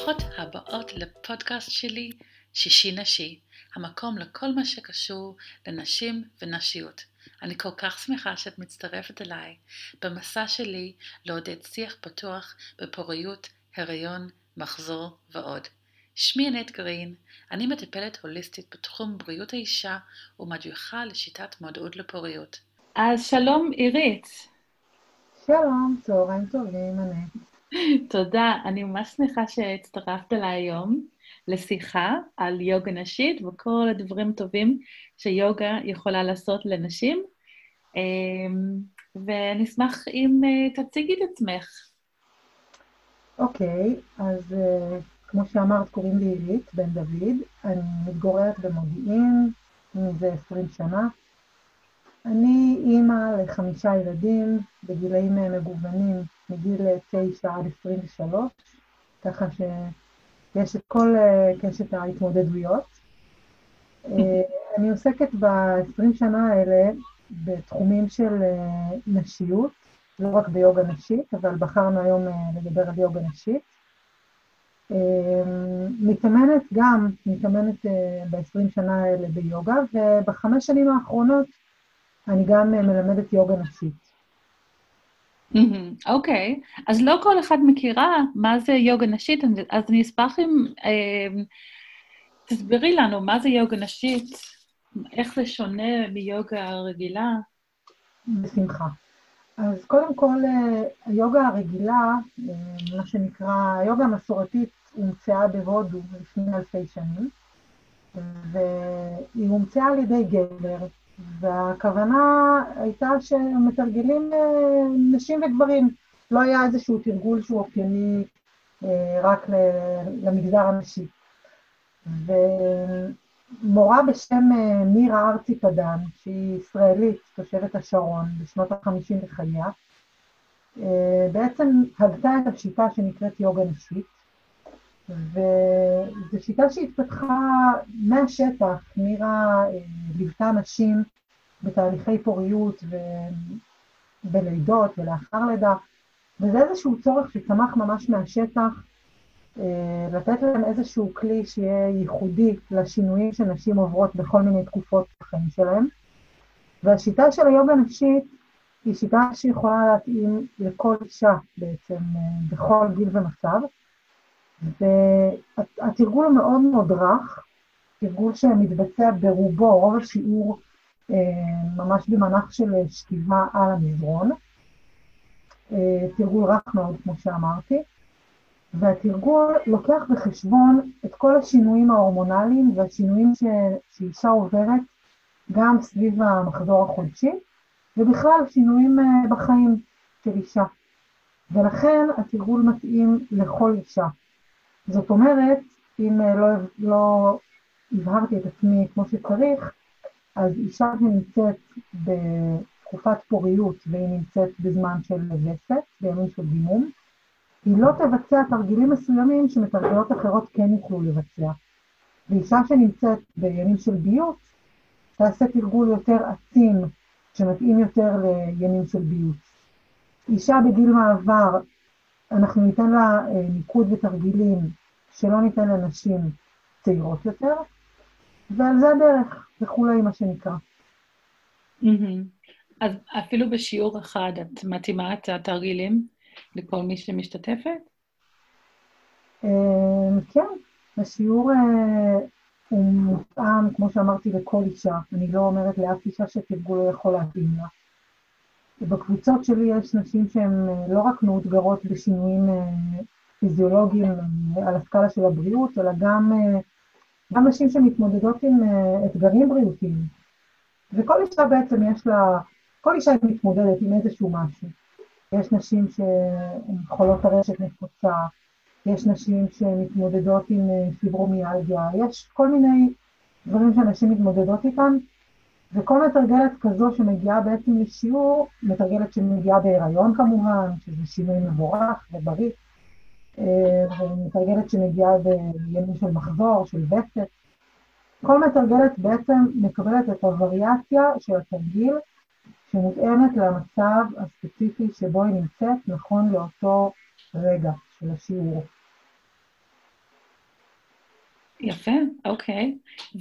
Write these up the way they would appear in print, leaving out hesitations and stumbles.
ברוכות הבאות לפודקאסט שלי, שישי נשי, המקום לכל מה שקשור לנשים ונשיות. אני כל כך שמחה שאת מצטרפת אליי במסע שלי לעודד שיח פתוח בפוריות, הריון, מחזור ועוד. שמי ענת גרין, אני מטפלת הוליסטית בתחום בריאות האישה ומדריכה לשיטת מודעות לפוריות. אז שלום עירית. שלום, צהריים טובים, ענת. תודה, אני ממש שמחה שהצטרפת אליי היום לשיחה על יוגה נשית וכל הדברים הטובים שיוגה יכולה לעשות לנשים. ואני אשמח אם תציגי את עצמך. אוקיי, אז כמו שאמרת, קוראים לי עירית בן דוד, אני מתגוררת במודיעין מזה 20 שנה. אני אימא ל5 ילדים בגילאים מגוונים, מגיל 9 עד 23, ככה שיש את כל קשת ההתמודדויות. אני עוסקת ב20 שנה האלה בתחומים של נשיות, לא רק ביוגה נשית, אבל בחרנו היום לדבר על יוגה נשית. מתאמנת ב20 שנה האלה ביוגה, וב5 שנים האחרונות אני גם מלמדת יוגה נשית. אוקיי, אז לא כל אחד מכירה מה זה יוגה נשית, אז אני אשמח אם תסבירי לנו מה זה יוגה נשית, איך זה שונה מיוגה רגילה. בשמחה. אז קודם כל, היוגה הרגילה, מה שנקרא, היוגה המסורתית הומצאה בהודו לפני 1000 שנים, והיא הומצאה על ידי גבר, והכוונה הייתה שמתרגלים נשים וגברים. לא היה איזשהו תרגול שהוא אופייני רק למגזר הנשי. ומורה בשם מירה ארצי קדן, שהיא ישראלית, תושבת השרון, בשנות ה-50 לחייה, בעצם הגתה את השיטה שנקראת יוגה נשית, וזו שיטה שהתפתחה מהשטח. מירה ליוותה נשים בתהליכי פוריות ובלידות ולאחר לידה, וזה איזשהו צורך שצמח ממש מהשטח, לתת להם איזשהו כלי שיהיה ייחודי לשינויים שנשים עוברות בכל מיני תקופות בחיים שלהם. והשיטה של היוגה נשית היא שיטה שיכולה להתאים לכל אישה בעצם, בכל גיל ומצב. והתרגול הוא מאוד מאוד רך, תרגול שמתבצע ברובו, רוב השיעור ממש במנח של שכיבה על המזרון. תרגול רך מאוד, כמו שאמרתי. והתרגול לוקח בחשבון את כל השינויים ההורמונליים והשינויים שאישה עוברת גם סביב המחזור החודשי, ובכלל שינויים בחיים של אישה. ולכן התרגול מתאים לכל אישה. זאת אומרת, אם לא הבהרתי את עצמי כמו שצריך, אז אישה שנמצאת בתקופת פוריות והיא נמצאת בזמן של וסת, בימים של דימום, היא לא תבצע תרגילים מסוימים שמתרגלות אחרות כן יוכלו לבצע. ואישה שנמצאת בימים של ביות, תעשה תרגול יותר עצים, שמתאים יותר לימים של ביות. אישה בגיל מעבר, אנחנו ניתן לה ניקוד ותרגילים שלא ניתן לנשים צעירות יותר, ועל זה הדרך, וכולי מה שנקרא. אז אפילו בשיעור אחד את מתאימה את התרגילים לכל מי שמשתתפת? כן, השיעור הוא מותאם, כמו שאמרתי, לכל אישה. אני לא אומרת לאף אישה שתרגול לא יכול להתאים לה. בקבוצות שלי יש נשים שהן לא רק מאותגרות בשינויים פיזיולוגיים על הסקאלה של הבריאות, אלא גם נשים שמתמודדות עם אתגרים בריאותיים. וכל אישה בעצם יש לה, כל אישה מתמודדת עם איזשהו משהו. יש נשים שהן חולות הרשת נפוצה, יש נשים שמתמודדות עם פיברומיאלגיה, יש כל מיני דברים שאנשים מתמודדות איתם, וכל מתרגלת כזו שמגיעה בעצם לשיעור, מתרגלת שמגיעה בהיריון כמובן, שזה שינוי מבורך ובריא, ומתרגלת שמגיעה בימים של מחזור, של וסת, כל מתרגלת בעצם מקבלת את הווריאציה של התרגיל, שמותאמת למצב הספציפי שבו היא נמצאת נכון לאותו רגע של השיעור. יפה, אוקיי.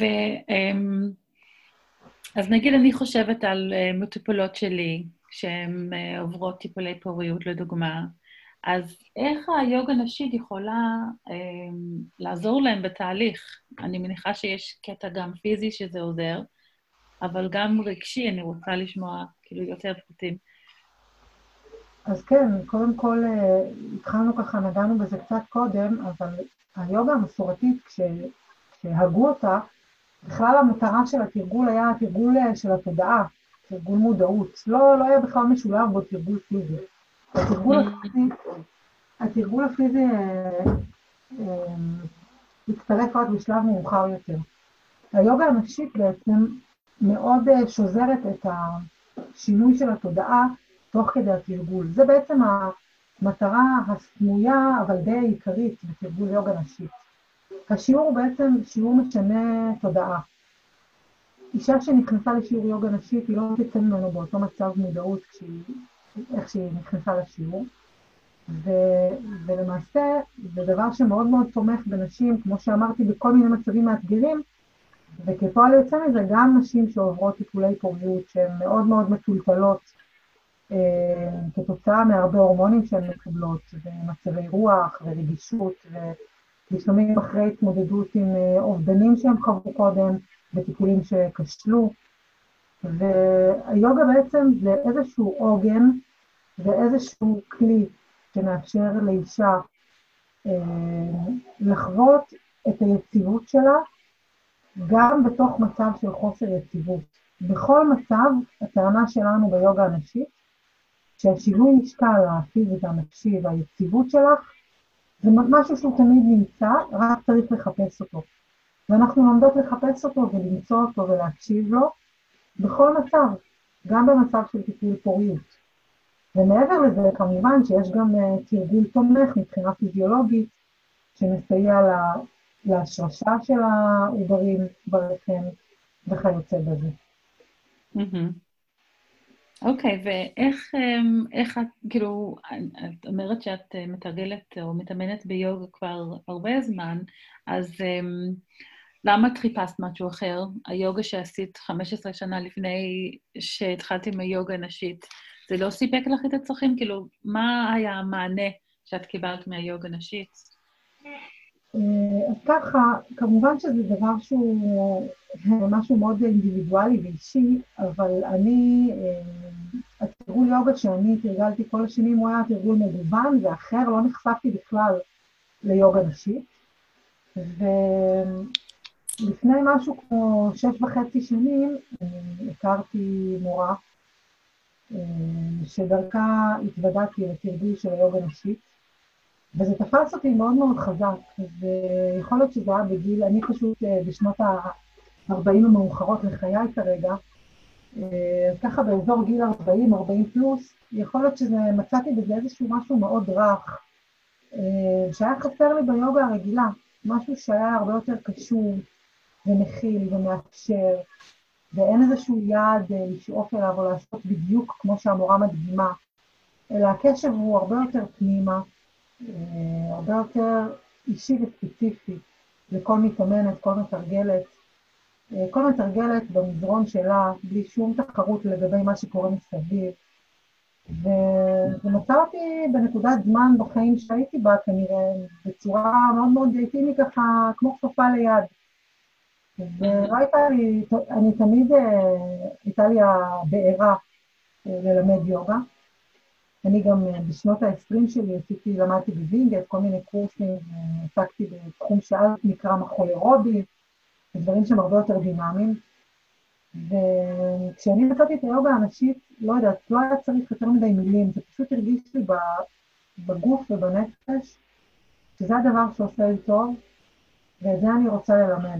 אז נגיד אני חושבת על מטופלות שלי, שהן עוברות טיפולי פוריות לדוגמה, אז איך היוגה נשית יכולה לעזור להם בתהליך? אני מניחה שיש קטע גם פיזי שזה עוזר, אבל גם רגשי, אני רוצה לשמוע כאילו יותר פרטים. אז כן, קודם כל התחלנו ככה, נגענו בזה קצת קודם, אבל היוגה המסורתית, כשהגו אותה, בכלל המטרה של התרגול היה תרגול של התודעה, תרגול מודעות. לא היה בכלל משולב בו תרגול פיזי. התרגול הפיזי, התרגול הפיזי אה, הצטרף רק בשלב מאוחר יותר. היוגה הנשית בעצם מאוד שוזרת את השינוי של התודעה תוך כדי התרגול. זה בעצם המטרה הסמויה, אבל די עיקרית בתרגול יוגה נשית. השיעור הוא בעצם שיעור משנה תודעה. אישה שנכנסה לשיעור יוגה נשית, היא לא תצא ממנו באותו מצב מודעות איך שהיא נכנסה לשיעור. ולמעשה זה דבר שמאוד מאוד תומך בנשים, כמו שאמרתי, בכל מיני מצבים מאתגרים, וכפועל יוצא מזה גם נשים שעוברות טיפולי פוריות שהן מאוד מאוד מטולטלות כתוצאה מהרבה הורמונים שהן מקבלות, ומצבי רוח ורגישות, ולפעמים אחרי התמודדות עם אובדנים שהם חוו קודם, בטיפולים שכשלו. והיוגה בעצם זה איזשהו עוגן ואיזשהו כלי שמאפשר לאישה לחוות את היציבות שלה גם בתוך מצב של חוסר יציבות. בכל מצב, הטענה שלנו ביוגה הנשית, שהשינוי משקל הפיזי והנפשי והיציבות שלך, זה משהו שהוא תמיד נמצא, רק צריך לחפש אותו. ואנחנו לומדות לחפש אותו ולמצוא אותו ולהקשיב לו בכל מצב, גם במצב של טיפול פוריות. ומעבר לזה, כמובן שיש גם תרגול תומך מבחינה פיזיולוגית, שמסייע להשרשה של העוברים ברחם וכיוצא בזה. אוקיי, ואיך את, כאילו, את אומרת שאת מתרגלת או מתאמנת ביוגה כבר הרבה זמן, אז למה את חיפשת משהו אחר? היוגה שעשית 15 שנה לפני שהתחלת עם היוגה הנשית, זה לא סיפק לך את הצרכים? כאילו, מה היה המענה שאת קיבלת מהיוגה הנשית? אז ככה, כמובן שזה דבר שהוא משהו מאוד אינדיבידואלי ואישי, אבל התרגול יוגה שאני תרגלתי כל השנים הוא היה תרגול מגוון ואחר, לא נחשפתי בכלל ליוגה נשית. ולפני משהו כמו 6.5 שנים, הכרתי מורה שדרכה התוודעתי לתרגול של היוגה נשית, וזה תפס אותי מאוד מאוד חזק, ויכול להיות שזה היה בגיל, אני פשוט בשנות ה-40 המאוחרות לחיי כרגע, ככה באזור גיל 40, 40 פלוס, יכול להיות מצאתי בזה איזשהו משהו מאוד רך, שהיה חסר לי ביוגה הרגילה, משהו שהיה הרבה יותר קשור ומכיל ומאפשר, ואין איזשהו יעד לשאוף אליו או לעשות בדיוק כמו שהמורה מדגימה, אלא הקשב הוא הרבה יותר פנימה, הרבה יותר אישי וספציפי לכל מתאמנת, כל מתרגלת. כל מתרגלת במזרון שלה, בלי שום תחרות לגבי מה שקורה מסביב. וזה מצא אותי בנקודת זמן בחיים שהייתי בה, כנראה, בצורה מאוד מאוד אינטימית ככה, כמו כפפה ליד. ולא הייתה לי, אני תמיד, הייתה לי הבעירה ללמד יוגה. אני גם בשנות ה-20 שלי למדתי בווינגייט, כל מיני קורסים, עסקתי בתחום שאז נקרא מחול אירובי, דברים שהם הרבה יותר דינמיים. וכשאני מצאתי את היוגה הנשית, לא יודעת, לא היה צריך יותר מדי מילים, זה פשוט הרגיש לי בגוף ובנפש, שזה הדבר שעושה לי טוב, ואת זה אני רוצה ללמד.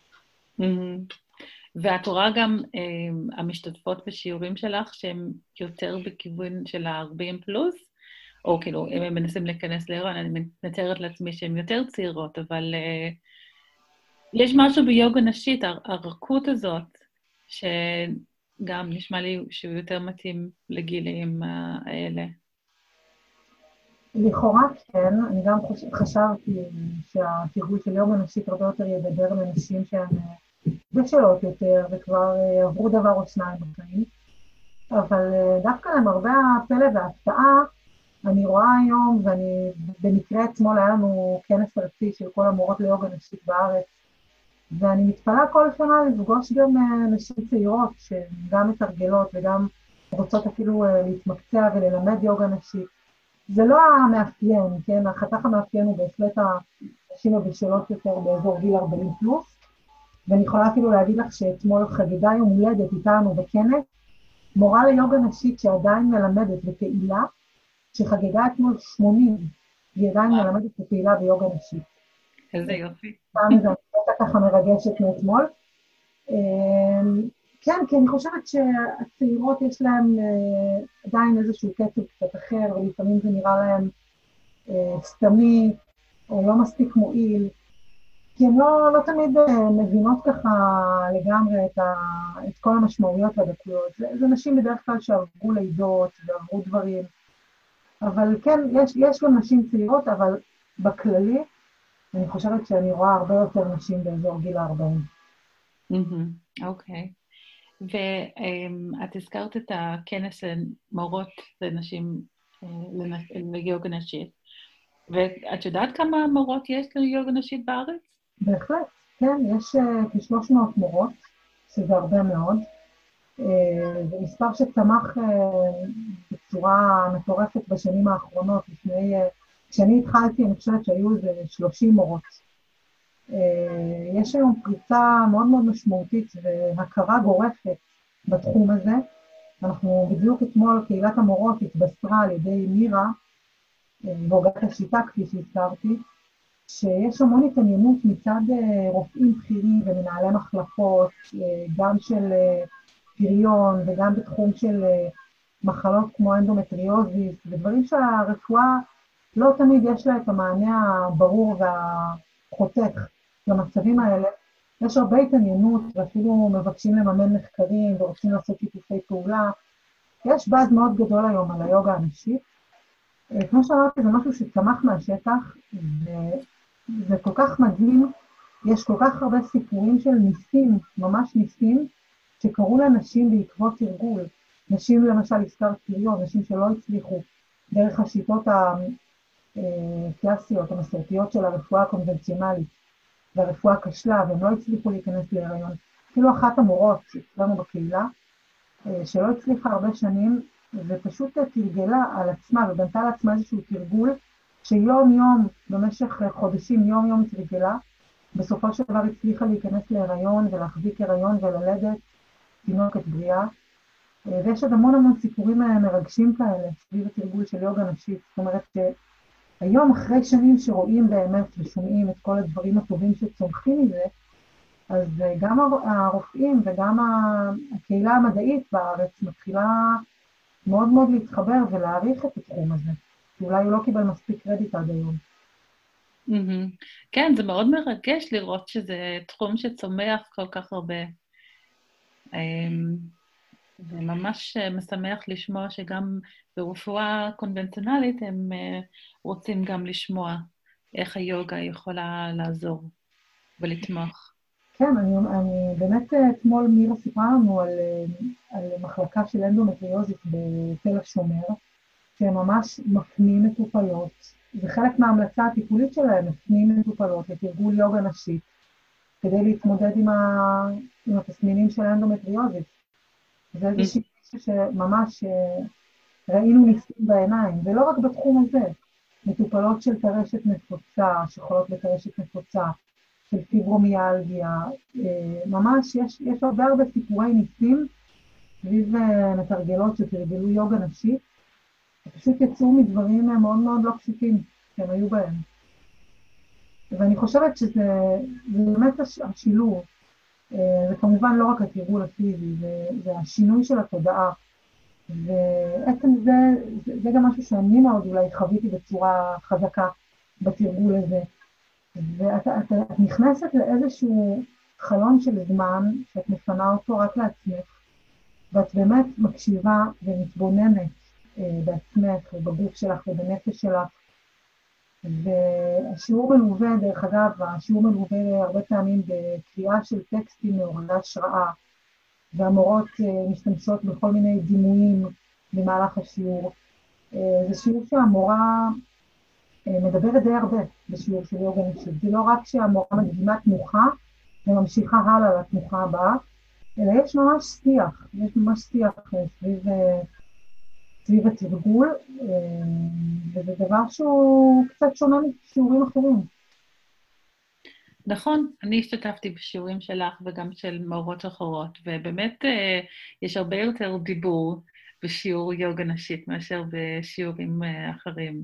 ואת רואה גם המשתתפות בשיעורים שלך שהן יותר בכיוון של ה-40 פלוס, או כאילו, אם הם מנסים להיכנס להיריון, אני מתארת לעצמי שהן יותר צעירות, אבל יש משהו ביוגה נשית, הרכות הזאת, שגם נשמע לי שהוא יותר מתאים לגילים האלה. לכאורה כן, אני גם חשבתי שהתרגול של יוגה נשית הרבה יותר ידבר לנשים שהן בשלות יותר וכבר עברו דבר או שניים בחיים, אבל דווקא למרבה הפלא וההפתעה, אני רואה היום, ואני במקרה אתמול היה לנו כנס ארצי של כל המורות ליוגה נשית בארץ, ואני מתפלאה כל שנה לפגוש גם נשים צעירות שהן גם מתרגלות וגם רוצות אפילו להתמקצע וללמד יוגה נשית. זה לא המאפיין, כן? החתך המאפיין הוא בהחלט הנשים הבשלות יותר באזור גיל 40 פלוס, ואני יכולה אפילו להגיד לך שאתמול חגיגה יום הולדת איתנו בכנס, מורה ליוגה נשית שעדיין מלמדת בקהילה, שחגגה אתמול 80, היא עדיין מלמדת בקהילה ביוגה נשית. איזה יופי. פעם זה הייתה ככה מרגשת מאתמול. כן, כי אני חושבת שהצעירות יש להן עדיין איזשהו קצב קצת אחר, ולפעמים זה נראה להן סתמי, או לא מספיק מועיל, כי הן לא תמיד מבינות ככה לגמרי את כל המשמעויות והדקויות. זה נשים בדרך כלל שעברו לידות ועברו דברים, אבל כן, יש גם נשים צעירות, אבל בכללי, אני חושבת שאני רואה הרבה יותר נשים באזור גיל 40. אוקיי. ואת הזכרת את הכנס למורות לנשים ליוגה נשית, ואת יודעת כמה מורות יש ליוגה נשית בארץ? בהחלט, כן, יש כ-300 מורות, שזה הרבה מאוד. זה מספר שצמח בצורה מטורפת בשנים האחרונות. כשאני התחלתי, אני חושבת שהיו איזה 30 מורות. יש היום פריצה מאוד מאוד משמעותית והכרה גורפת בתחום הזה. אנחנו בדיוק אתמול, קהילת המורות התבשרה על ידי מירה, והוגת השיטה כפי שהזכרתי, שיש המון התעניינות מצד רופאים בכירים ומנהלי מחלקות, גם של פריון וגם בתחום של מחלות כמו אנדומטריוזיס, ודברים שהרפואה לא תמיד יש לה את המענה הברור והחותך למצבים האלה. יש הרבה התעניינות ואפילו מבקשים לממן מחקרים ורוצים לעשות שיתופי פעולה. יש באז מאוד גדול היום על היוגה הנשית. כמו שאמרתי, זה משהו שצמח מהשטח, וזה כל כך מדהים. יש כל כך הרבה סיפורים של ניסים, ממש ניסים, שקראו לאנשים בעקבות תרגול. נשים למשל הזכרת פריון, נשים שלא הצליחו דרך השיטות הקלאסיות, המסורתיות של הרפואה הקונבנציונלית, והרפואה כשלה, והם לא הצליחו להיכנס להיריון. אפילו אחת המורות אצלנו בקהילה, שלא הצליחה הרבה שנים, ופשוט תרגלה על עצמה, ובנתה לעצמה איזשהו תרגול, שיום יום, במשך חודשים, יום יום תרגלה, בסופו של דבר הצליחה להיכנס להיריון, ולהחזיק הריון וללדת תינוקת בריאה. ויש עוד המון סיפורים מרגשים כאלה, סביב התרגול של יוגה נשית. זאת אומרת שהיום, אחרי שנים שרואים באמת ושומעים את כל הדברים הטובים שצומחים מזה, אז גם הרופאים וגם הקהילה המדעית בארץ מתחילה מאוד מאוד להתחבר ולהעריך את התחום הזה, שאולי הוא לא קיבל מספיק קרדיט עד היום. כן, זה מאוד מרגש לראות שזה תחום שצומח כל כך הרבה. זה ממש משמח לשמוע שגם ברפואה קונבנציונלית הם רוצים גם לשמוע איך היוגה יכולה לעזור ולתמוך. כן, אני באמת אתמול מירה סיפרה לנו על מחלקה של אנדומטריוזיס בתל השומר, שהם ממש מפנים מטופלות, זה חלק מההמלצה הטיפולית שלהם, מפנים מטופלות לתרגול יוגה נשית, כדי להתמודד עם התסמינים של האנדומטריוזיס. זה איזושהי שממש ראינו ניסים בעיניים, ולא רק בתחום הזה, מטופלות של טרשת נפוצה, שחולות בטרשת נפוצה, של פיברומיאלגיה, ממש יש הרבה סיפורי ניסים סביב מתרגלות שתרגלו יוגה נשית, פשוט יצאו מדברים מאוד מאוד לא פשוטים שהם היו בהם. ואני חושבת שזה באמת השילוב, זה כמובן לא רק התרגול הפיזי, זה השינוי של התודעה, ועצם זה גם משהו שאני מאוד אולי חוויתי בצורה חזקה בתרגול הזה, ואת נכנסת לאיזשהו חלון של זמן, שאת מפנה אותו רק לעצמך, ואת באמת מקשיבה ומתבוננת בעצמך ובגוף שלך ובנפש שלך, והשיעור מלווה, דרך אגב, השיעור מלווה הרבה פעמים בקריאה של טקסטים מעוררי השראה, והמורות משתמשות בכל מיני דימויים במהלך השיעור. זה שיעור שהמורה מדברת די הרבה בשיעור של יוגה נשית. זה לא רק שהמורה מדגימה תנוחה וממשיכה הלאה לתנוחה הבאה, אלא יש ממש שיח סביב התרגול, וזה דבר שהוא קצת שונה משיעורים אחרים. נכון, אני השתתפתי בשיעורים שלך וגם של מורות אחרות, ובאמת יש הרבה יותר דיבור בשיעור יוגה נשית מאשר בשיעורים אחרים.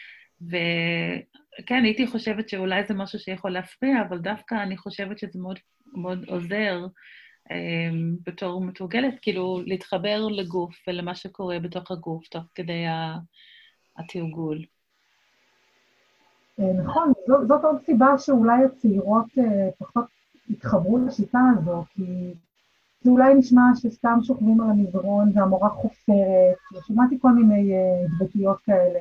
וכן, הייתי חושבת שאולי זה משהו שיכול להפריע, אבל דווקא אני חושבת שזה מאוד, מאוד עוזר בתור מתורגלת, כאילו להתחבר לגוף ולמה שקורה בתוך הגוף, תוך כדי התרגול. נכון, זאת עוד סיבה שאולי הצעירות פחות התחברו לשיטה הזו, כי זה אולי נשמע שסתם שוכבים על המזרון והמורה חופרת, ושמעתי כל מיני התבטאויות כאלה.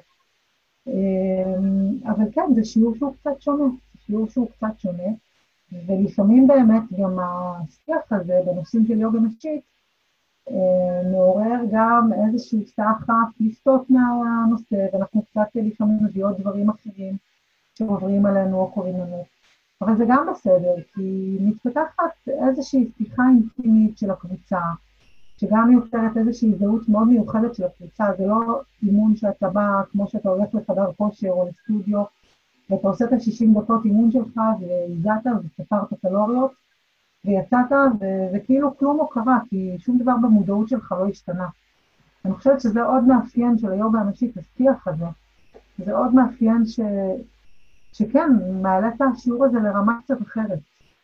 אבל כן, זה שיעור שהוא קצת שונה, ולפעמים באמת גם השיח הזה בנושאים של יוגה נשית, מעורר גם איזשהו סחף לסטות מהנושא, ואנחנו קצת לפעמים מביאות דברים אחרים שעוברים עלינו או קוראים לנו. אבל זה גם בסדר, כי מתפתחת איזושהי שיחה אינטימית של הקבוצה, שגם יוצרת איזושהי זהות מאוד מיוחדת של הקבוצה. זה לא אימון שאתה בא, כמו שאתה הולך לחדר כושר או לסטודיו, ואתה עושה את ה-60 דקות אימון שלך, והגעת וספרת קלוריות, ויצאת, וכאילו כלום לא קרה, כי שום דבר במודעות שלך לא השתנה. אני חושבת שזה עוד מאפיין של היוגה הנשית, השיח הזה. זה עוד מאפיין שכן, מעלה את השיעור הזה לרמה קצת אחרת.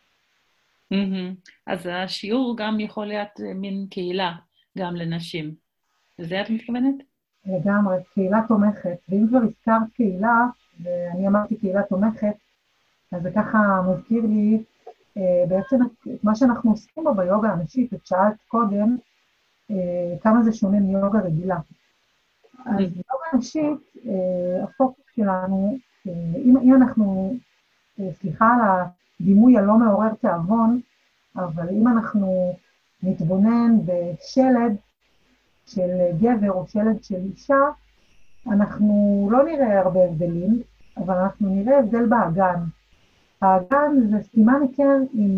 אז השיעור גם יכול להיות מין קהילה, גם לנשים. לזה את מתכוונת? לגמרי, קהילה תומכת. ואם כבר הזכרת קהילה, ואני אמרתי קהילה תומכת, אז זה ככה מזכיר לי בעצם את מה שאנחנו עושים בו ביוגה הנשית. את שאלת קודם כמה זה שונה מיוגה רגילה. אז ביוגה הנשית, הפוקוס שלנו, אם אנחנו, סליחה על הדימוי הלא מעורר תיאבון, אבל אם אנחנו נתבונן בשלד של גבר או שלד של אישה, אנחנו לא נראה הרבה הבדלים, אבל אנחנו נראה הבדל באגן. האגן זה סימן היכר אם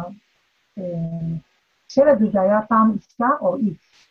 השלד הזה היה פעם אישה או איש.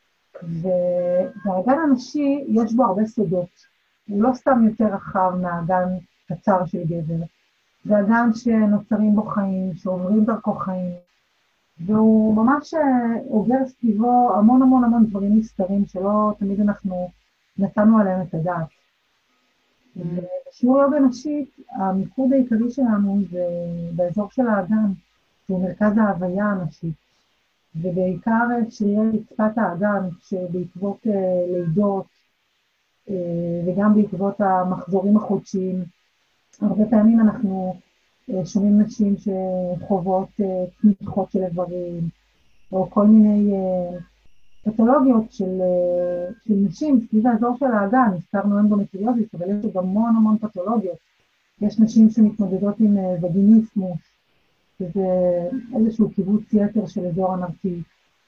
והאגן הנשי יש בו הרבה סודות. הוא לא סתם יותר רחב מהאגן קצר של גבר. זה אגן שנוצרים בו חיים, שעוברים דרכו חיים, והוא ממש עובר סביבו המון דברים נסתרים שלא תמיד אנחנו נתנו עליהם את הדעת. בשיעור יוגה נשית, המיקוד העיקרי שלנו זה באזור של האגן, שהוא מרכז ההוויה הנשית, ובעיקר שרירי רצפת האגן, שבעקבות לידות, וגם בעקבות המחזורים החודשיים, הרבה פעמים אנחנו שומעים נשים שחוות תמיכות של איברים, או כל מיני פתולוגיות של נשים סביב האזור של האגן. הזכרנו אנדומטריוזיס, אבל יש גם המון פתולוגיות. יש נשים שמתמודדות עם וגיניסמוס, שזה איזשהו קיבוץ יתר של אזור הנרתיק,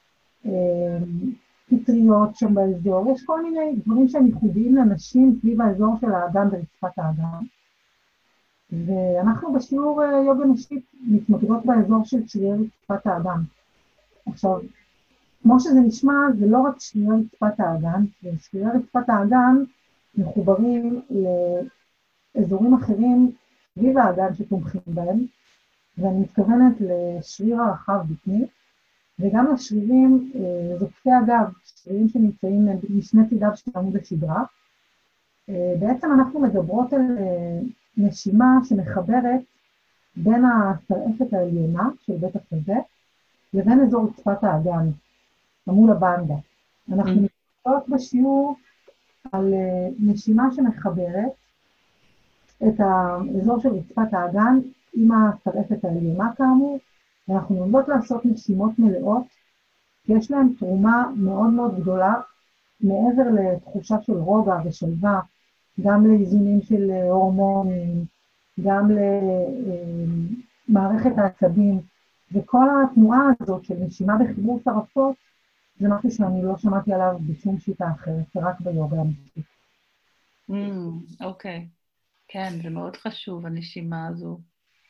פטריות שם באזור. יש כל מיני דברים שהם ייחודיים לנשים סביב האזור של האגן ורצפת האגן. ואנחנו בשיעור יוגה נשית מתמקדות באזור של שרירי רצפת האגן. עכשיו, כמו שזה נשמע, זה לא רק שרירי רצפת האגן, ושרירי רצפת האגן מחוברים לאזורים אחרים סביב האגן שתומכים בהם, ואני מתכוונת לשריר הרחב בטני, וגם לשרירים זוקפי הגב, שרירים שנמצאים משני צידיו של עמוד השדרה. בעצם אנחנו מדברות על נשימה שמחברת בין השרעפת העליונה של בית החזה, לבין אזור רצפת האגן, מול הבנדה. אנחנו מדברות בשיעור על נשימה שמחברת את האזור של רצפת האגן עם השרעפת העליונה כאמור, ואנחנו לומדות לעשות נשימות מלאות, כי יש להן תרומה מאוד גדולה, מעבר לתחושה של רוגע ושלווה, גם לאיזונים של הורמונים, גם למערכת העצבים, וכל התנועה הזאת של נשימה בחיבור שרפות, זה משהו שאני לא שמעתי עליו בשום שיטה אחרת, זה רק ביוגה המשפטית. אוקיי. כן, זה מאוד חשוב, הנשימה הזו.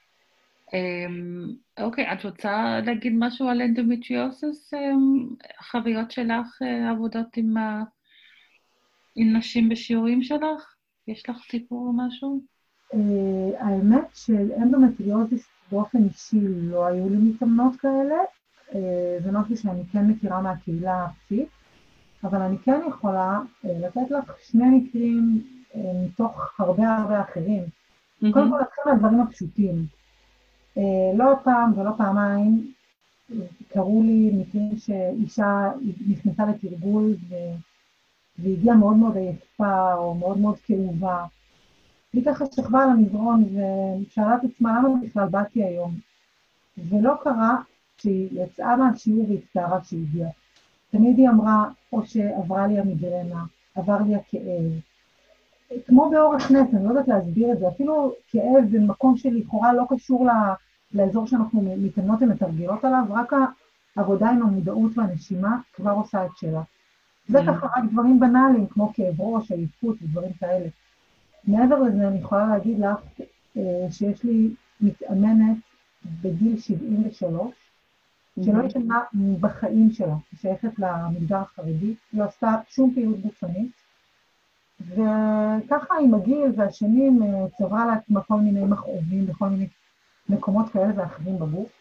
אוקיי, את רוצה להגיד משהו על אנדומטריוזיס? החוויות שלך, עבודות עם נשים בשיעורים שלך? יש לך סיפור או משהו? האמת של אנדומטריוזיס באופן אישי לא היו לי מתאמנות כאלה, זה משהו שאני כן מכירה מהקהילה הארצית, אבל אני כן יכולה לתת לך שני מקרים מתוך הרבה אחרים. קודם כל נתחיל מהדברים הפשוטים. לא פעם ולא פעמיים קראו לי מקרים שאישה נכנסה לתרגול והגיעה מאוד מאוד עייפה או מאוד מאוד כאובה. היא ככה שכבה על המזרון ושאלה את עצמה למה בכלל באתי היום. ולא קרה שהיא יצאה מהשיעור והצטערה שהיא הגיעה. תמיד היא אמרה, או שעברה לי המיגרנה, עבר לי הכאב. כמו באורח נפש, אני לא יודעת להסביר את זה, אפילו כאב במקום שלכאורה לא קשור לאזור שאנחנו מתאמנות ומתרגלות עליו, רק העבודה עם המודעות והנשימה כבר עושה את שלה. זה ככה רק דברים בנאליים, כמו כאב ראש, עייפות ודברים כאלה. מעבר לזה אני יכולה להגיד לך שיש לי מתאמנת בגיל 73, שלא התאמנה בחיים שלה, היא שייכת למגזר החרדי, היא עושה שום פעילות גופנית, וככה עם הגיל והשנים צברה לעצמה כל מיני מכאובים בכל מיני מקומות כאלה ואחרים בגוף,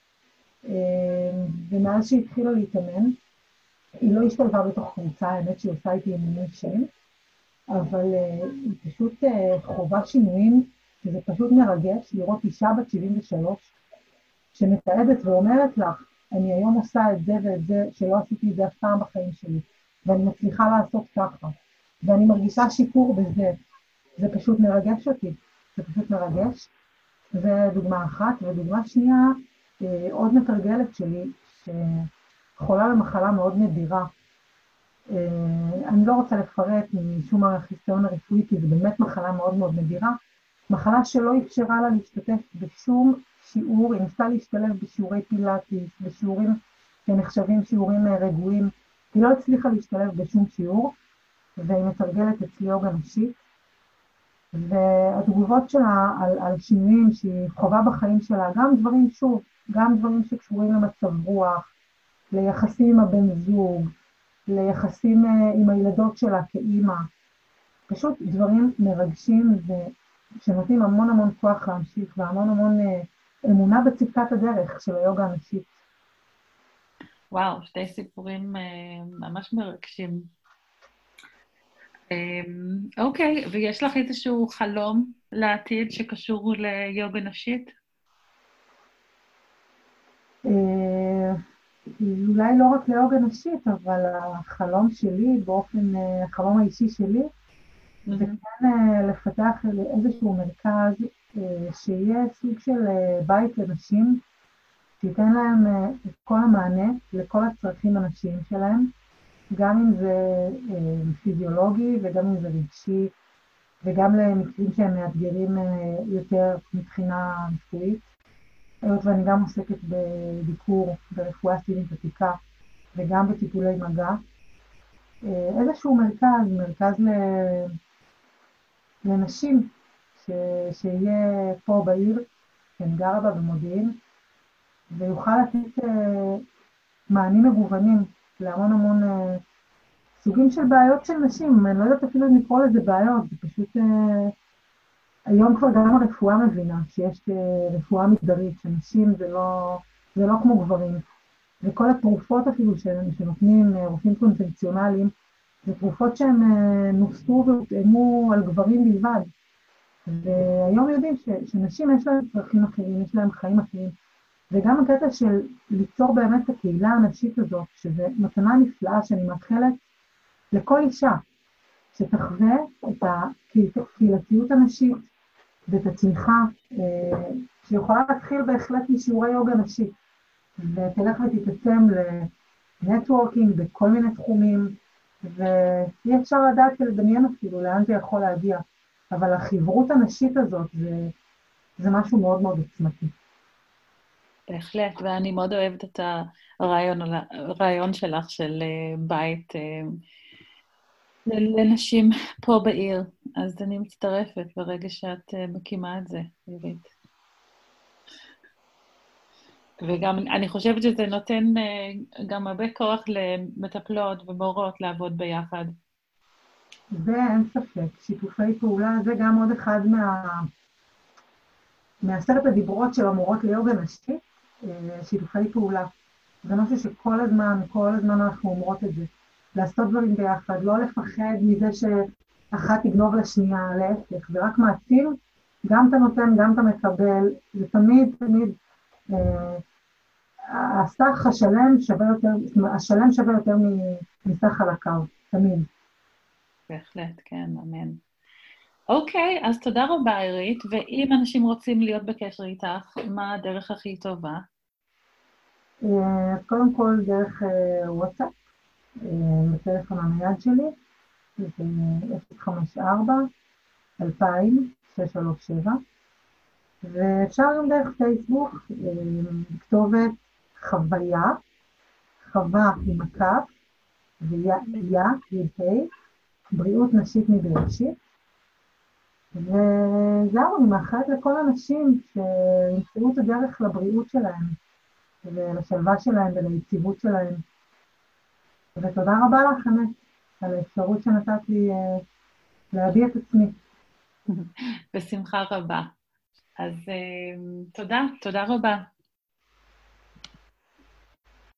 ומאז שהיא התחילה להתאמן, היא לא השתלבה בתוך קבוצה, האמת שהיא עושה איתי אימונים שם, אבל היא פשוט חובה שינויים, שזה פשוט מרגש לראות אישה בת 73, שמתעדת ואומרת לך, אני היום עושה את זה ואת זה, שלא עשיתי את זה אף פעם בחיים שלי, ואני מצליחה לעשות ככה, ואני מרגישה שיפור בזה. זה פשוט מרגש אותי, זה פשוט מרגש. זה דוגמה אחת, ודוגמה שנייה, עוד מתרגלת שלי, שחולה במחלה מאוד נדירה. אני לא רוצה לפרט משום החיסיון הרפואי, כי זה באמת מחלה מאוד מאוד נדירה, מחלה שלא אפשרה לה להשתתף בשום שיעור, היא ניסתה להשתלב בשיעורי פילאטיס, בשיעורים שנחשבים שיעורים רגועים, היא לא הצליחה להשתלב בשום שיעור, והיא מתרגלת אצלי יוגה נשית, והתגובות שלה על שינויים שהיא חובה בחיים שלה, גם דברים שקשורים למצב רוח, ליחסים עם הבן זוג, ליחסים עם הילדות שלה כאימא, פשוט דברים מרגשים שנותנים המון המון כוח להמשיך, והמון המון אמונה בצדקת הדרך של היוגה הנשית. וואו, שתי סיפורים ממש מרגשים. אוקיי, ויש לך איזשהו חלום לעתיד שקשור ליוגה נשית? אולי לא רק ליוגה נשית, אבל החלום שלי, החלום האישי שלי, זה כן לפתח איזשהו מרכז שיהיה סוג של בית לנשים, שייתן להם את כל המענה לכל הצרכים הנשיים שלהם, גם אם זה פיזיולוגי וגם אם זה רגשי, וגם למקרים שהם מאתגרים יותר מבחינה רפואית. היות ואני גם עוסקת בביקור ברפואה סינית עתיקה וגם בטיפולי מגע. איזשהו מרכז לנשים שיהיה פה בעיר, שאני גרה בה במודיעין, ויוכל לתת מענים מגוונים להמון המון סוגים של בעיות של נשים. אני לא יודעת אפילו אם לקרוא לזה בעיות, זה פשוט היום כבר גם הרפואה מבינה שיש רפואה מגדרית, שנשים זה לא כמו גברים, וכל התרופות אפילו שנותנים רופאים קונבנציונליים, זה תרופות שהן נוסו והותאמו על גברים בלבד. והיום יודעים שנשים יש להם צרכים אחרים, יש להם חיים אחרים, וגם הקטע של ליצור באמת את הקהילה הנשית הזאת, שזה מתנה נפלאה שאני מאחלת לכל אישה, שתחווה את הקהילתיות הנשית ואת הצמיחה, שיכולה להתחיל בהחלט משיעורי יוגה נשית, ותלך ותתעצם לנטוורקינג בכל מיני תחומים, ואי אפשר לדעת ולדמיין אפילו לאן זה יכול להגיע. אבל החברות הנשית הזאת זה משהו מאוד מאוד עוצמתי. בהחלט, ואני מאוד אוהבת את הרעיון שלך של בית לנשים פה בעיר, אז אני מצטרפת ברגע שאת מקימה את זה, עירית. וגם אני חושבת שזה נותן גם הרבה כוח למטפלות ומורות לעבוד ביחד. זה אין ספק, שיתופי פעולה, זה גם עוד אחד מעשרת הדיברות של המורות ליוגה נשית, שיתופי פעולה. זה משהו שכל הזמן אנחנו אומרות את זה. לעשות דברים ביחד, לא לפחד מזה שאחת תגנוב לשנייה, להפך, זה רק מעצים, גם אתה נותן, גם אתה מקבל, זה תמיד, הסך השלם שווה יותר מסך חלקיו, תמיד. בהחלט, כן, אמן. אוקיי, אז תודה רבה, עירית, ואם אנשים רוצים להיות בקשר איתך, מה הדרך הכי טובה? קודם כל דרך וואטסאפ, בטלפון הנייד שלי, זה 054-2000-637, ואפשר גם דרך פייסבוק, כתובת חוויה, חווה עם הקף, בריאות נשית מבראשית, וזהו, אני מאחלת לכל האנשים שימצאו את הדרך לבריאות שלהם, ולשלווה שלהם וליציבות שלהם. ותודה רבה לך, אמת, על האפשרות שנתת לי להביע את עצמי. בשמחה רבה. אז תודה רבה.